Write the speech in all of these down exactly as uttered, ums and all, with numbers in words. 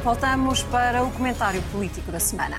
Voltamos para o comentário político da semana.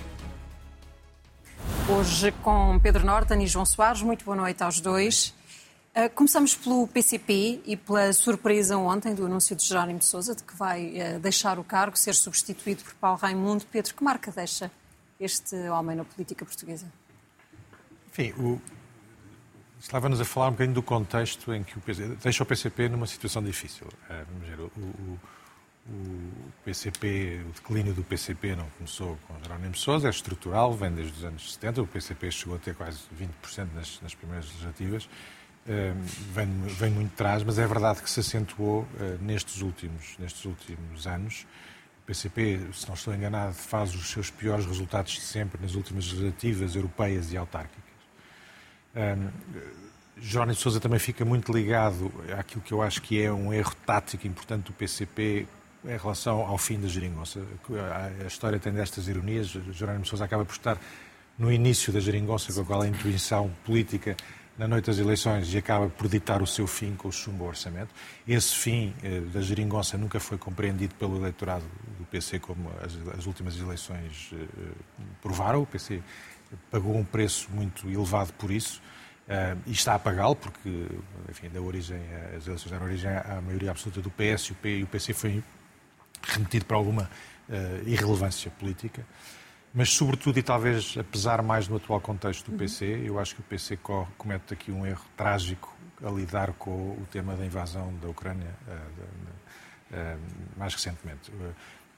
Hoje com Pedro Norton e João Soares. Muito boa noite aos dois. Começamos pelo P C P e pela surpresa ontem do anúncio de Jerónimo de Sousa de que vai deixar o cargo, ser substituído por Paulo Raimundo. Pedro, que marca deixa este homem na política portuguesa? Enfim, o... estava-nos a falar um bocadinho do contexto em que o P C P deixa o P C P numa situação difícil. Vamos ver, o, o, o P C P, o declínio do P C P não começou com Jerónimo de Sousa, é estrutural, vem desde os anos setenta. O P C P chegou a ter quase vinte por cento nas, nas primeiras legislativas. Uh, vem, vem muito atrás, mas é verdade que se acentuou uh, nestes, últimos, nestes últimos anos. O P C P, se não estou enganado, faz os seus piores resultados de sempre nas últimas legislativas europeias e autárquicas. Um, Jerónimo de Sousa também fica muito ligado àquilo que eu acho que é um erro tático importante do P C P em relação ao fim da geringonça. A história tem destas ironias. Jerónimo de Sousa acaba por estar no início da geringonça com aquela intuição política na noite das eleições e acaba por ditar o seu fim com o chumbo ao orçamento. Esse fim eh, da geringonça nunca foi compreendido pelo eleitorado do P C como as, as últimas eleições eh, provaram. O P C pagou um preço muito elevado por isso uh, e está a pagá-lo porque, enfim, deu origem, as eleições deram origem à maioria absoluta do P S e o P C foi remetido para alguma uh, irrelevância política. Mas, sobretudo, e talvez apesar mais no atual contexto do P C, eu acho que o P C comete aqui um erro trágico a lidar com o tema da invasão da Ucrânia uh, de, uh, mais recentemente. Uh,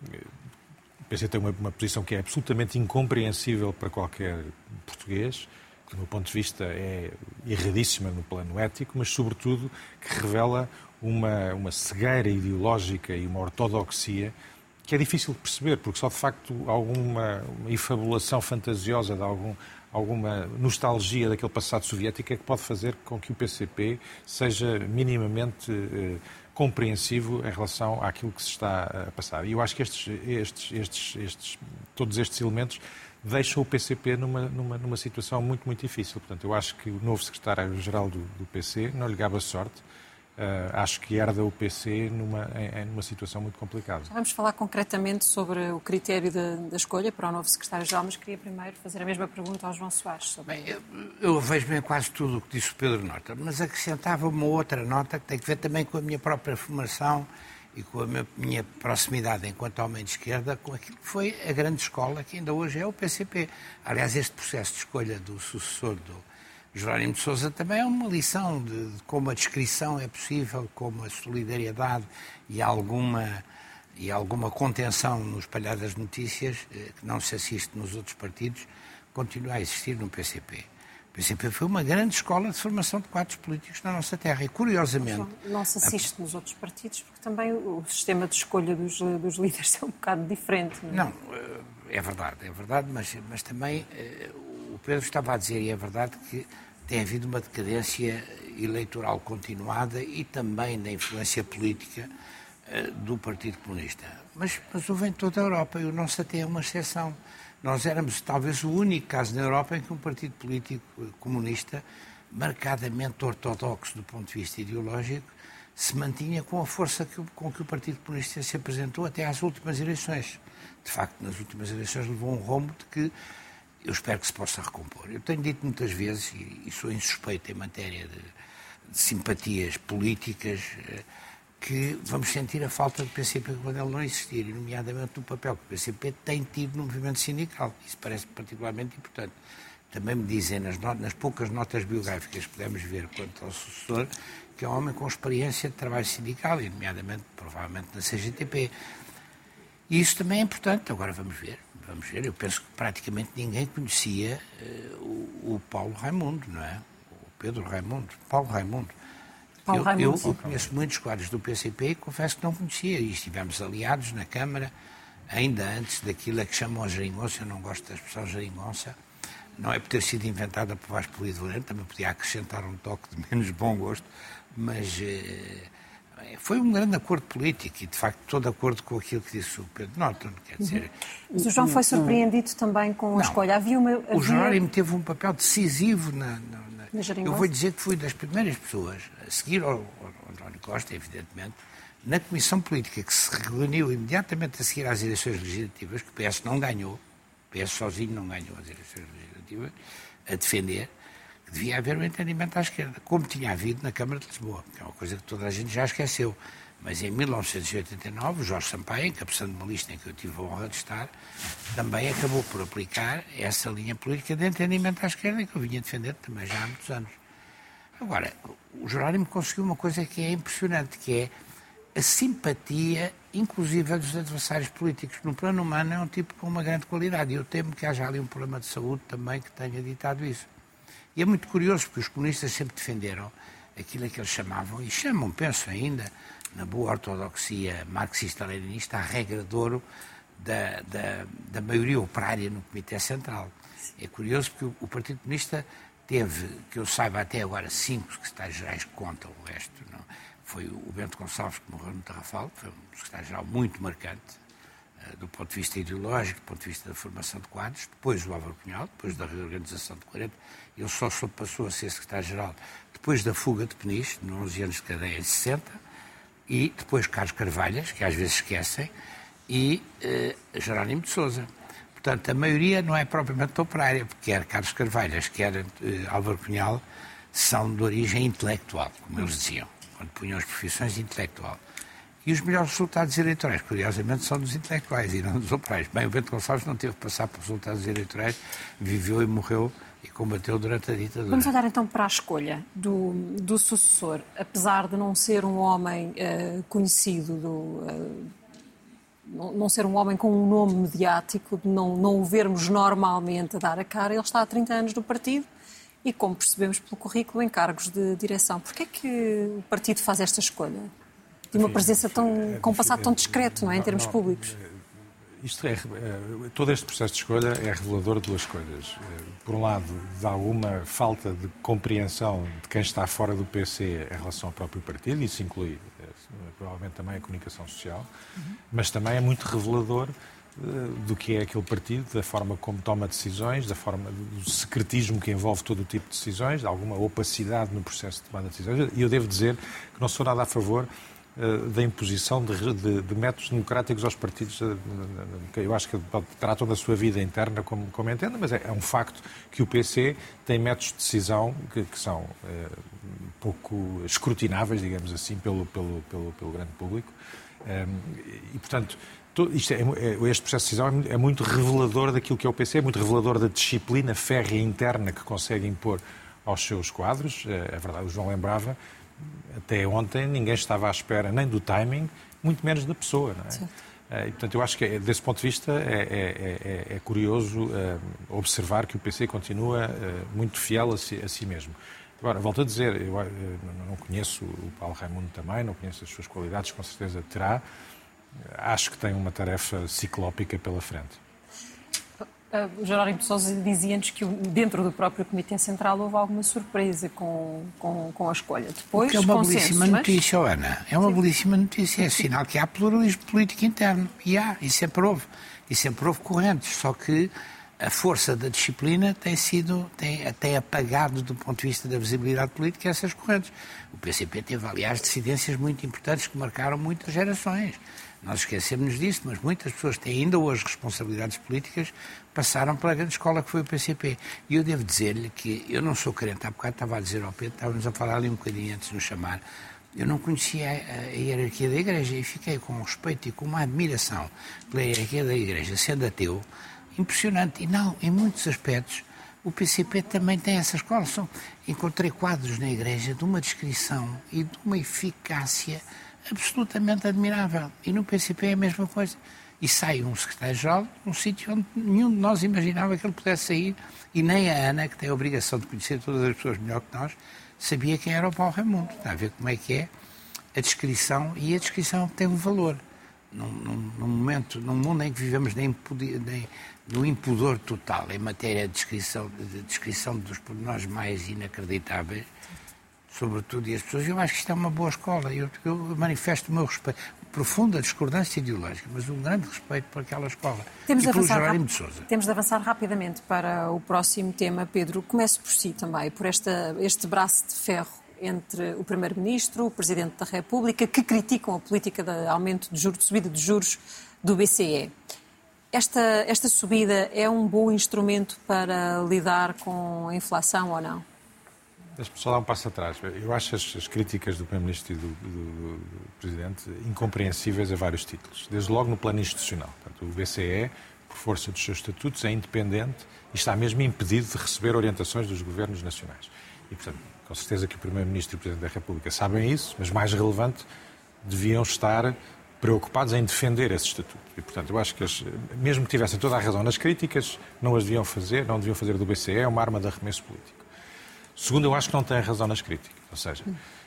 o P C tem uma, uma posição que é absolutamente incompreensível para qualquer português, que, do meu ponto de vista, é erradíssima no plano ético, mas, sobretudo, que revela uma, uma cegueira ideológica e uma ortodoxia que é difícil de perceber, porque só de facto alguma infabulação fantasiosa, de algum, alguma nostalgia daquele passado soviético é que pode fazer com que o P C P seja minimamente eh, compreensivo em relação àquilo que se está a passar. E eu acho que estes, estes, estes, estes, todos estes elementos deixam o P C P numa, numa, numa situação muito, muito difícil. Portanto, eu acho que o novo secretário-geral do, do P C não lhe gaba sorte. Uh, acho que herda o P C numa, em, numa situação muito complicada. Já vamos falar concretamente sobre o critério da, da escolha para o novo secretário-geral, mas queria primeiro fazer a mesma pergunta ao João Soares. Sobre... Bem, eu, eu vejo bem quase tudo o que disse o Pedro Norton, mas acrescentava uma outra nota que tem que ver também com a minha própria formação e com a minha, minha proximidade enquanto homem de esquerda com aquilo que foi a grande escola que ainda hoje é o P C P. Aliás, este processo de escolha do sucessor do Jerónimo de Sousa também é uma lição de, de como a descrição é possível, como a solidariedade e alguma, e alguma contenção no espalhar das notícias, eh, que não se assiste nos outros partidos, continua a existir no P C P. O P C P foi uma grande escola de formação de quadros políticos na nossa terra e, curiosamente... Não se assiste a... nos outros partidos, porque também o sistema de escolha dos, dos líderes é um bocado diferente. Não é, não, é verdade, é verdade, mas, mas também... O Pedro estava a dizer, e é verdade, que tem havido uma decadência eleitoral continuada e também da influência política uh, do Partido Comunista. Mas, mas houve em toda a Europa e o nosso até é uma exceção. Nós éramos talvez o único caso na Europa em que um partido político comunista, marcadamente ortodoxo do ponto de vista ideológico, se mantinha com a força que, com que o Partido Comunista se apresentou até às últimas eleições. De facto, nas últimas eleições levou um rombo de que eu espero que se possa recompor. Eu tenho dito muitas vezes, e sou insuspeito em matéria de, de simpatias políticas, que vamos sentir a falta do P C P quando ele não existir, e nomeadamente no papel que o P C P tem tido no movimento sindical. Isso parece particularmente importante. Também me dizem, nas, not- nas poucas notas biográficas que podemos ver quanto ao sucessor, que é um homem com experiência de trabalho sindical, e nomeadamente, provavelmente, na C G T P. E isso também é importante. Agora vamos ver. Vamos ver, eu penso que praticamente ninguém conhecia uh, o, o Paulo Raimundo, não é? O Pedro Raimundo, Paulo Raimundo. Paulo eu, Raimundo. Eu, eu conheço muitos quadros do P C P e confesso que não conhecia. E estivemos aliados na Câmara, ainda antes daquilo a que chamam a geringonça. Eu não gosto da expressão geringonça. Não é por ter sido inventada por Vasco Polido Durante, também podia acrescentar um toque de menos bom gosto, mas... Uh, foi um grande acordo político e, de facto, estou de acordo com aquilo que disse o Pedro Norton. Quer dizer, mas o João foi surpreendido também com a não, escolha. Havia uma, havia... O Jerónimo teve um papel decisivo na... na, na... na eu vou dizer que fui das primeiras pessoas, a seguir ao, ao António Costa, evidentemente, na Comissão Política, que se reuniu imediatamente a seguir às eleições legislativas, que o P S não ganhou, o P S sozinho não ganhou as eleições legislativas, a defender que devia haver um entendimento à esquerda, como tinha havido na Câmara de Lisboa, que é uma coisa que toda a gente já esqueceu. Mas em mil novecentos e oitenta e nove, o Jorge Sampaio, encabeçando uma lista em que eu tive a honra de estar, também acabou por aplicar essa linha política de entendimento à esquerda que eu vinha defender também já há muitos anos. Agora, o Jerónimo conseguiu uma coisa que é impressionante, que é a simpatia, inclusive dos adversários políticos. No plano humano é um tipo com uma grande qualidade e eu temo que haja ali um problema de saúde também que tenha ditado isso. E é muito curioso porque os comunistas sempre defenderam aquilo que eles chamavam, e chamam, penso ainda, na boa ortodoxia marxista-leninista, a regra de ouro da, da, da maioria operária no Comitê Central. É curioso porque o, o Partido Comunista teve, que eu saiba até agora, cinco secretários-gerais que contam, o resto não. Foi o Bento Gonçalves, que morreu no Tarrafal, que foi um secretário-geral muito marcante, uh, do ponto de vista ideológico, do ponto de vista da formação de quadros, depois o Álvaro Cunhal, depois da reorganização de quarenta, ele só passou a ser secretário-geral depois da fuga de Peniche, nos onze anos de cadeia em sessenta, e depois Carlos Carvalhas, que às vezes esquecem, e uh, Jerónimo de Sousa. Portanto, a maioria não é propriamente operária, porque quer Carlos Carvalhas, quer uh, Álvaro Cunhal, são de origem intelectual, como eles diziam, quando punham as profissões intelectual. E os melhores resultados eleitorais, curiosamente, são dos intelectuais e não dos operários. Bem, o Bento Gonçalves não teve que passar por resultados eleitorais, viveu e morreu e combateu durante a ditadura. Vamos olhar então para a escolha do, do sucessor. Apesar de não ser um homem uh, conhecido, do, uh, não, não ser um homem com um nome mediático, de não, não o vermos normalmente a dar a cara, ele está há trinta anos no partido e, como percebemos pelo currículo, em cargos de direção. Porquê é que o partido faz esta escolha? De uma presença tão, com um passado tão discreto, não é, em termos públicos? Isto é, todo este processo de escolha é revelador de duas coisas. Por um lado, de alguma falta de compreensão de quem está fora do P C em relação ao próprio partido, isso inclui provavelmente também a comunicação social, uhum. mas também é muito revelador do que é aquele partido, da forma como toma decisões, da forma do secretismo que envolve todo o tipo de decisões, de alguma opacidade no processo de tomada de decisões. E eu devo dizer que não sou nada a favor da imposição de, de, de métodos democráticos aos partidos, que eu acho que tratam da sua vida interna como, como entendem, mas é, é um facto que o P C tem métodos de decisão que, que são é, pouco escrutináveis, digamos assim, pelo, pelo, pelo, pelo grande público. É, e, portanto, todo, isto é, é, este processo de decisão é, é muito revelador daquilo que é o P C, é muito revelador da disciplina férrea interna que consegue impor aos seus quadros. É, é verdade, o João lembrava, até ontem ninguém estava à espera nem do timing, muito menos da pessoa, não é? Sim. E, portanto, eu acho que, desse ponto de vista, é, é, é, é curioso uh, observar que o P C continua uh, muito fiel a si, a si mesmo. Agora, volto a dizer, eu uh, não conheço o Paulo Raimundo também, não conheço as suas qualidades, com certeza terá. Acho que tem uma tarefa ciclópica pela frente. O Jerónimo de Sousa dizia-nos que dentro do próprio Comitê Central houve alguma surpresa com, com, com a escolha. Depois, que é uma belíssima notícia, mas... Ana. É uma Sim. belíssima notícia. É sinal que há pluralismo político interno. E há, e sempre houve. E sempre houve correntes. Só que a força da disciplina tem sido, tem até apagado do ponto de vista da visibilidade política essas correntes. O P C P teve, aliás, dissidências muito importantes que marcaram muitas gerações. Nós esquecemos disso, mas muitas pessoas que têm ainda hoje responsabilidades políticas passaram pela grande escola que foi o P C P. E eu devo dizer-lhe que eu não sou crente. Há bocado estava a dizer ao Pedro, estávamos a falar ali um bocadinho antes de nos chamar, eu não conhecia a, a hierarquia da Igreja e fiquei com um respeito e com uma admiração pela hierarquia da Igreja, sendo ateu, impressionante. E não, em muitos aspectos, o P C P também tem essa escola. São, encontrei quadros na Igreja de uma descrição e de uma eficácia absolutamente admirável. E no P C P é a mesma coisa. E sai um secretário-geral num sítio onde nenhum de nós imaginava que ele pudesse sair, e nem a Ana, que tem a obrigação de conhecer todas as pessoas melhor que nós, sabia quem era o Paulo Raimundo. Está a ver como é que é a descrição, e a descrição tem um valor. Num, num, num momento, num mundo em que vivemos na impudi, na, no impudor total, em matéria de descrição, de descrição dos pormenores mais inacreditáveis, sobretudo, e as pessoas, eu acho que isto é uma boa escola. Eu, eu manifesto o meu respeito, profunda discordância ideológica, mas um grande respeito por aquela escola. Temos, e de pelo avançar, Jerónimo de Sousa. Temos de avançar rapidamente para o próximo tema. Pedro, comece por si também, por esta, este braço de ferro entre o Primeiro-Ministro, o Presidente da República, que criticam a política de aumento de juros, de subida de juros do B C E. Esta, esta subida é um bom instrumento para lidar com a inflação ou não? Deixa-me só dar um passo atrás. Eu acho as, as críticas do Primeiro-Ministro e do, do, do Presidente incompreensíveis a vários títulos. Desde logo no plano institucional. Portanto, o B C E, por força dos seus estatutos, é independente e está mesmo impedido de receber orientações dos governos nacionais. E, portanto, com certeza que o Primeiro-Ministro e o Presidente da República sabem isso, mas mais relevante, deviam estar preocupados em defender esse estatuto. E, portanto, eu acho que eles, mesmo que tivessem toda a razão nas críticas, não as deviam fazer, não deviam fazer do B C E uma arma de arremesso político. Segundo, eu acho que não têm razão nas críticas, ou seja,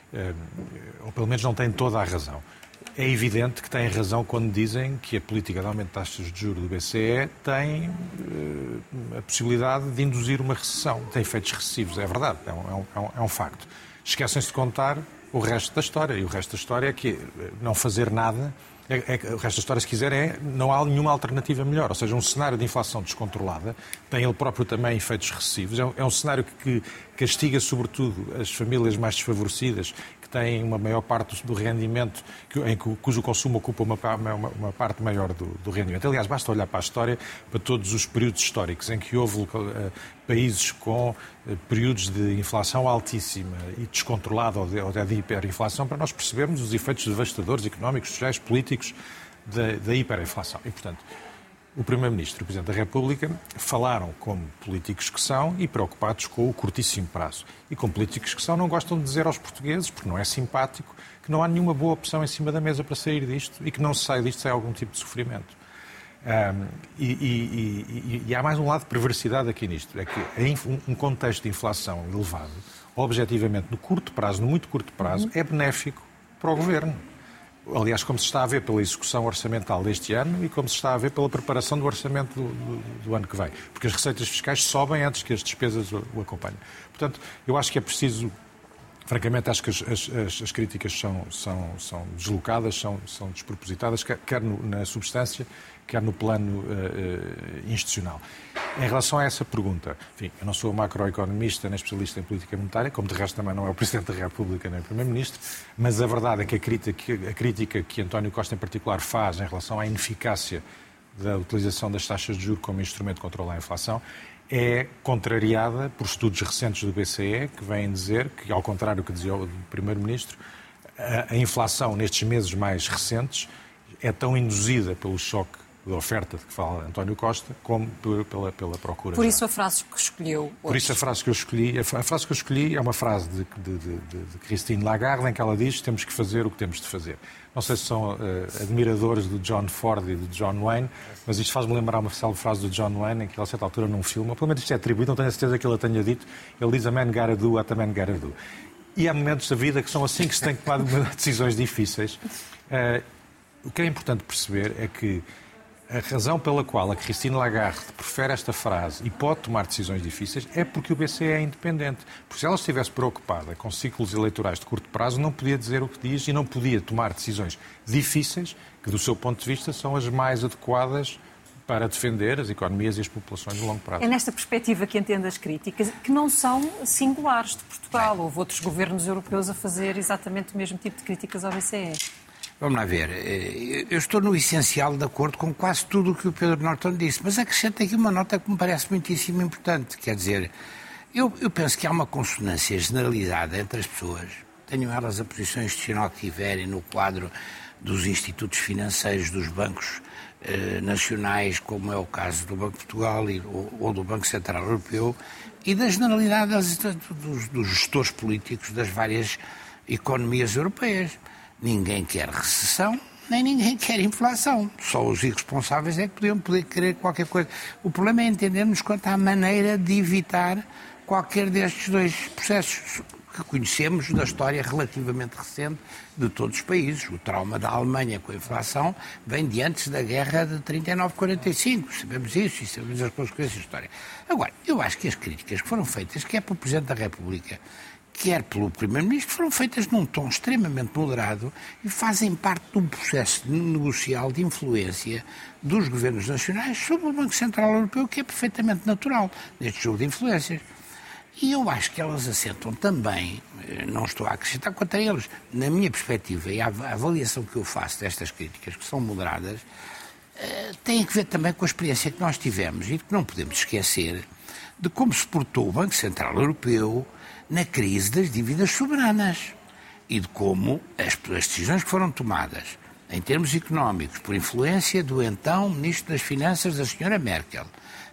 ou pelo menos não têm toda a razão. É evidente que têm razão quando dizem que a política de aumento de taxas de juros do B C E tem uh, a possibilidade de induzir uma recessão, tem efeitos recessivos, é verdade, é um, é um, é um facto. Esquecem-se de contar o resto da história, e o resto da história é que não fazer nada, é, é, o resto da história, se quiser, é não há nenhuma alternativa melhor, ou seja, um cenário de inflação descontrolada tem ele próprio também efeitos recessivos, é um, é um cenário que, que castiga sobretudo as famílias mais desfavorecidas, que têm uma maior parte do rendimento, em cujo consumo ocupa uma, uma, uma parte maior do, do rendimento. Aliás, basta olhar para a história, para todos os períodos históricos em que houve uh, países com uh, períodos de inflação altíssima e descontrolada ou de, ou de hiperinflação, para nós percebermos os efeitos devastadores económicos, sociais, políticos da, da hiperinflação. E, portanto, o Primeiro-Ministro e o Presidente da República falaram como políticos que são e preocupados com o curtíssimo prazo. E como políticos que são, não gostam de dizer aos portugueses, porque não é simpático, que não há nenhuma boa opção em cima da mesa para sair disto e que não se sai disto sem algum tipo de sofrimento. Um, e, e, e, e há mais um lado de perversidade aqui nisto. É que um contexto de inflação elevado, objetivamente, no curto prazo, no muito curto prazo, é benéfico para o Governo. Aliás, como se está a ver pela execução orçamental deste ano e como se está a ver pela preparação do orçamento do, do, do ano que vem. Porque as receitas fiscais sobem antes que as despesas o, o acompanhem. Portanto, eu acho que é preciso... Francamente, acho que as, as, as críticas são, são, são deslocadas, são, são despropositadas, quer, quer no, na substância, quer no plano uh, uh, institucional. Em relação a essa pergunta, enfim, eu não sou macroeconomista nem especialista em política monetária, como de resto também não é o Presidente da República nem o Primeiro-Ministro, mas a verdade é que a crítica, a crítica que António Costa em particular faz em relação à ineficácia da utilização das taxas de juros como instrumento de controlar a inflação é contrariada por estudos recentes do B C E, que vêm dizer que, ao contrário do que dizia o Primeiro-Ministro, a, a inflação nestes meses mais recentes é tão induzida pelo choque da oferta de que fala António Costa, como pela, pela procura. Por já. isso a frase que escolheu hoje. Por isso a frase que eu escolhi, a frase que eu escolhi é uma frase de, de, de, de Christine Lagarde, em que ela diz: temos que fazer o que temos de fazer. Não sei se são uh, admiradores do John Ford e do John Wayne, mas isto faz-me lembrar uma célebre frase do John Wayne, em que ele, a certa altura, num filme, ou pelo menos isto é atribuído, não tenho a certeza que ele a tenha dito, ele diz: a man gotta do what a man gotta do. E há momentos da vida que são assim que se tem que tomar decisões difíceis. Uh, o que é importante perceber é que a razão pela qual a Christine Lagarde prefere esta frase e pode tomar decisões difíceis é porque o B C E é independente. Porque se ela estivesse preocupada com ciclos eleitorais de curto prazo, não podia dizer o que diz e não podia tomar decisões difíceis, que do seu ponto de vista são as mais adequadas para defender as economias e as populações de longo prazo. É nesta perspectiva que entendo as críticas, que não são singulares de Portugal. Houve outros governos europeus a fazer exatamente o mesmo tipo de críticas ao B C E. Vamos lá ver, eu estou no essencial de acordo com quase tudo o que o Pedro Norton disse, mas acrescento aqui uma nota que me parece muitíssimo importante, quer dizer, eu, eu penso que há uma consonância generalizada entre as pessoas, tenham elas a posição institucional que tiverem no quadro dos institutos financeiros, dos bancos eh, nacionais, como é o caso do Banco de Portugal e, ou, ou do Banco Central Europeu, e da generalidade das, dos, dos gestores políticos das várias economias europeias. Ninguém quer recessão, nem ninguém quer inflação. Só os irresponsáveis é que podiam poder querer qualquer coisa. O problema é entendermos quanto à maneira de evitar qualquer destes dois processos que conhecemos da história relativamente recente de todos os países. O trauma da Alemanha com a inflação vem de antes da guerra de trinta e nove a quarenta e cinco. Sabemos isso e sabemos as consequências da história. Agora, eu acho que as críticas que foram feitas, quer pelo Presidente da República, quer pelo Primeiro-Ministro, foram feitas num tom extremamente moderado e fazem parte de um processo negocial de influência dos governos nacionais sobre o Banco Central Europeu, que é perfeitamente natural neste jogo de influências. E eu acho que elas assentam também, não estou a acrescentar contra eles, na minha perspectiva e a avaliação que eu faço destas críticas, que são moderadas, tem a ver também com a experiência que nós tivemos e que não podemos esquecer de como se portou o Banco Central Europeu na crise das dívidas soberanas e de como as, as decisões que foram tomadas em termos económicos por influência do então Ministro das Finanças, da senhora Merkel,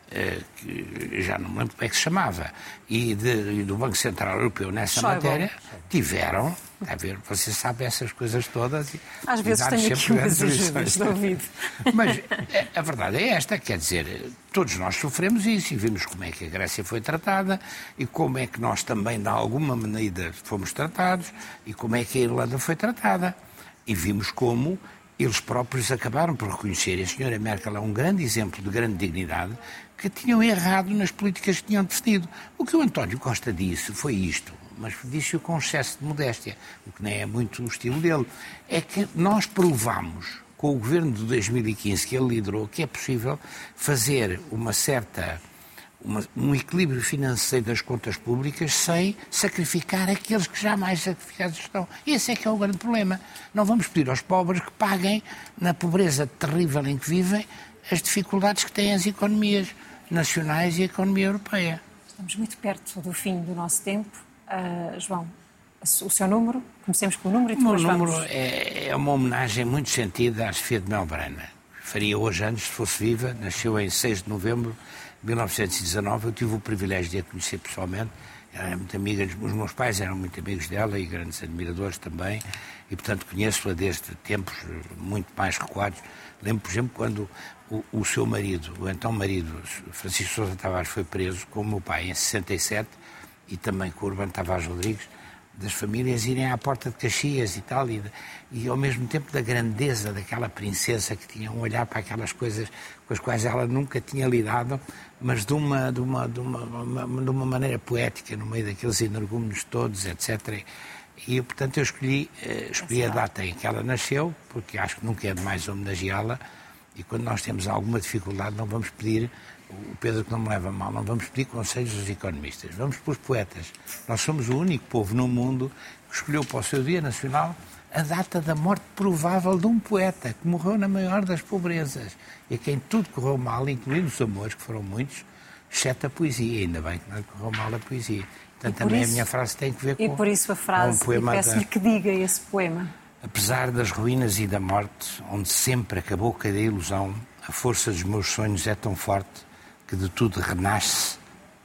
que já não me lembro como é que se chamava, e, de, e do Banco Central Europeu nessa Schäuble. matéria, tiveram, a ver, você sabe essas coisas todas. E, Às vezes tenho aqui umas ajudas de ouvido. Mas a, a verdade é esta, quer dizer, todos nós sofremos isso e vimos como é que a Grécia foi tratada e como é que nós também, de alguma maneira, fomos tratados e como é que a Irlanda foi tratada. E vimos como eles próprios acabaram por reconhecer, e a senhora Merkel é um grande exemplo de grande dignidade, que tinham errado nas políticas que tinham definido. O que o António Costa disse foi isto, mas disse-o com excesso de modéstia, o que nem é muito o estilo dele, é que nós provámos, com o governo de dois mil e quinze que ele liderou, que é possível fazer uma certa... Uma, um equilíbrio financeiro das contas públicas sem sacrificar aqueles que jamais sacrificados estão. Esse é que é o grande problema. Não vamos pedir aos pobres que paguem, na pobreza terrível em que vivem, as dificuldades que têm as economias nacionais e a economia europeia. Estamos muito perto do fim do nosso tempo. Uh, João, o seu número? Comecemos com o número e depois vamos... O meu número vamos... é, é uma homenagem muito sentida à Sofia de Melbrana. Faria hoje anos, se fosse viva, nasceu em seis de novembro de mil novecentos e dezanove, eu tive o privilégio de a conhecer pessoalmente, ela era muito amiga, os meus pais eram muito amigos dela e grandes admiradores também, e portanto conheço-a desde tempos muito mais recuados. Lembro, por exemplo, quando o, o seu marido, o então marido, Francisco Sousa Tavares, foi preso com o meu pai em sessenta e sete, e também com o Urbano Tavares Rodrigues, das famílias irem à porta de Caxias e tal, e, e ao mesmo tempo da grandeza daquela princesa que tinha um olhar para aquelas coisas com as quais ela nunca tinha lidado, mas de uma, de uma, de uma, uma, de uma maneira poética, no meio daqueles energúmenos todos, etcétera. E, portanto, eu escolhi, escolhi a data em que ela nasceu, porque acho que nunca é demais homenageá-la, e quando nós temos alguma dificuldade não vamos pedir, o Pedro que não me leva a mal, não vamos pedir conselhos dos economistas, vamos para os poetas. Nós somos o único povo no mundo que escolheu para o seu Dia Nacional a data da morte provável de um poeta que morreu na maior das pobrezas e a quem tudo correu mal, incluindo os amores, que foram muitos, exceto a poesia. Ainda bem que não correu mal a poesia. Portanto, também isso, a minha frase tem que ver com... E por isso a frase, um poema e peço-lhe da... que diga esse poema. Apesar das ruínas e da morte, onde sempre acabou cada ilusão, a força dos meus sonhos é tão forte que de tudo renasce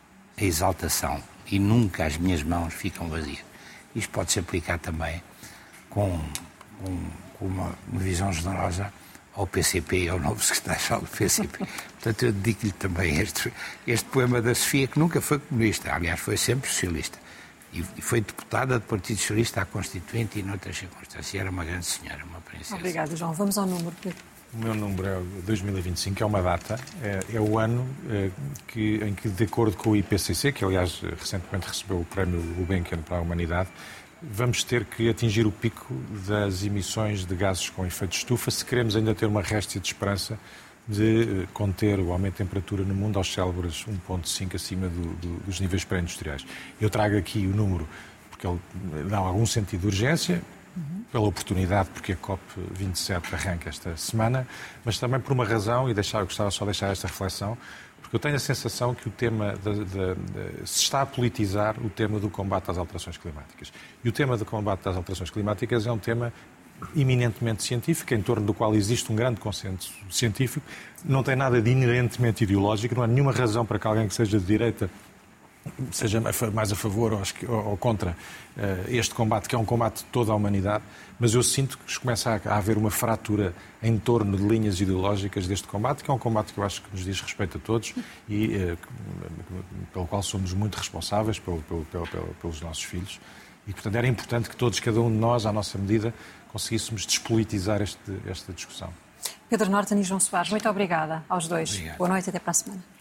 a exaltação e nunca as minhas mãos ficam vazias. Isto pode-se aplicar também com, com, com uma, uma visão generosa ao P C P, ao novo secretário-geral do P C P. Portanto, eu dedico-lhe também este, este poema da Sofia, que nunca foi comunista, aliás, foi sempre socialista. E foi deputada do Partido Socialista à Constituinte e noutras circunstâncias. Era uma grande senhora, uma princesa. Obrigada, João. Vamos ao número, Pedro. O meu número é dois mil e vinte e cinco, é uma data, é, é o ano é, que, em que, de acordo com o I P C C, que aliás recentemente recebeu o prémio Gulbenkian para a Humanidade, vamos ter que atingir o pico das emissões de gases com efeito de estufa se queremos ainda ter uma réstia de esperança de conter o aumento de temperatura no mundo aos célebres um vírgula cinco acima do, do, dos níveis pré-industriais. Eu trago aqui o número porque ele dá algum sentido de urgência, pela oportunidade, porque a COP vinte e sete arranca esta semana, mas também por uma razão, e deixar, eu gostava só de deixar esta reflexão, porque eu tenho a sensação que o tema de, de, de, se está a politizar o tema do combate às alterações climáticas. E o tema do combate às alterações climáticas é um tema eminentemente científico, em torno do qual existe um grande consenso científico, não tem nada de inerentemente ideológico, não há nenhuma razão para que alguém que seja de direita seja mais a favor ou contra este combate, que é um combate de toda a humanidade, mas eu sinto que começa a haver uma fratura em torno de linhas ideológicas deste combate, que é um combate que eu acho que nos diz respeito a todos e pelo qual somos muito responsáveis pelo, pelo, pelo, pelos nossos filhos. E, portanto, era importante que todos, cada um de nós, à nossa medida, conseguíssemos despolitizar este, esta discussão. Pedro Norton e João Soares, muito obrigada aos dois. Obrigado. Boa noite e até para a semana.